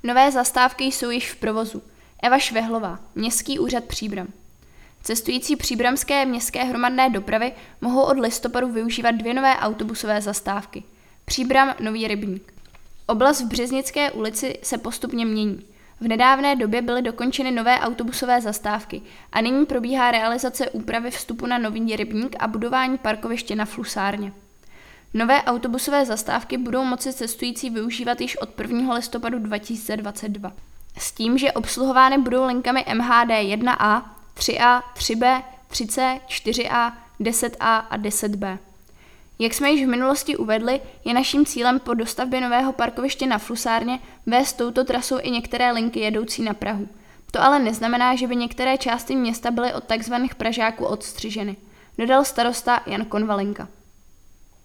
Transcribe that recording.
Nové zastávky jsou již v provozu. Eva Švehlová, Městský úřad Příbram. Cestující příbramské městské hromadné dopravy mohou od listopadu využívat 2 nové autobusové zastávky. Příbram, Nový Rybník. Oblast v Březnické ulici se postupně mění. V nedávné době byly dokončeny nové autobusové zastávky a nyní probíhá realizace úpravy vstupu na Nový Rybník a budování parkoviště na Flusárně. Nové autobusové zastávky budou moci cestující využívat již od 1. listopadu 2022. S tím, že obsluhovány budou linkami MHD 1A, 3A, 3B, 3C, 4A, 10A a 10B. Jak jsme již v minulosti uvedli, je naším cílem po dostavbě nového parkoviště na Flusárně vést touto trasou i některé linky jedoucí na Prahu. To ale neznamená, že by některé části města byly od tzv. Pražáků odstřiženy, dodal starosta Jan Konvalinka.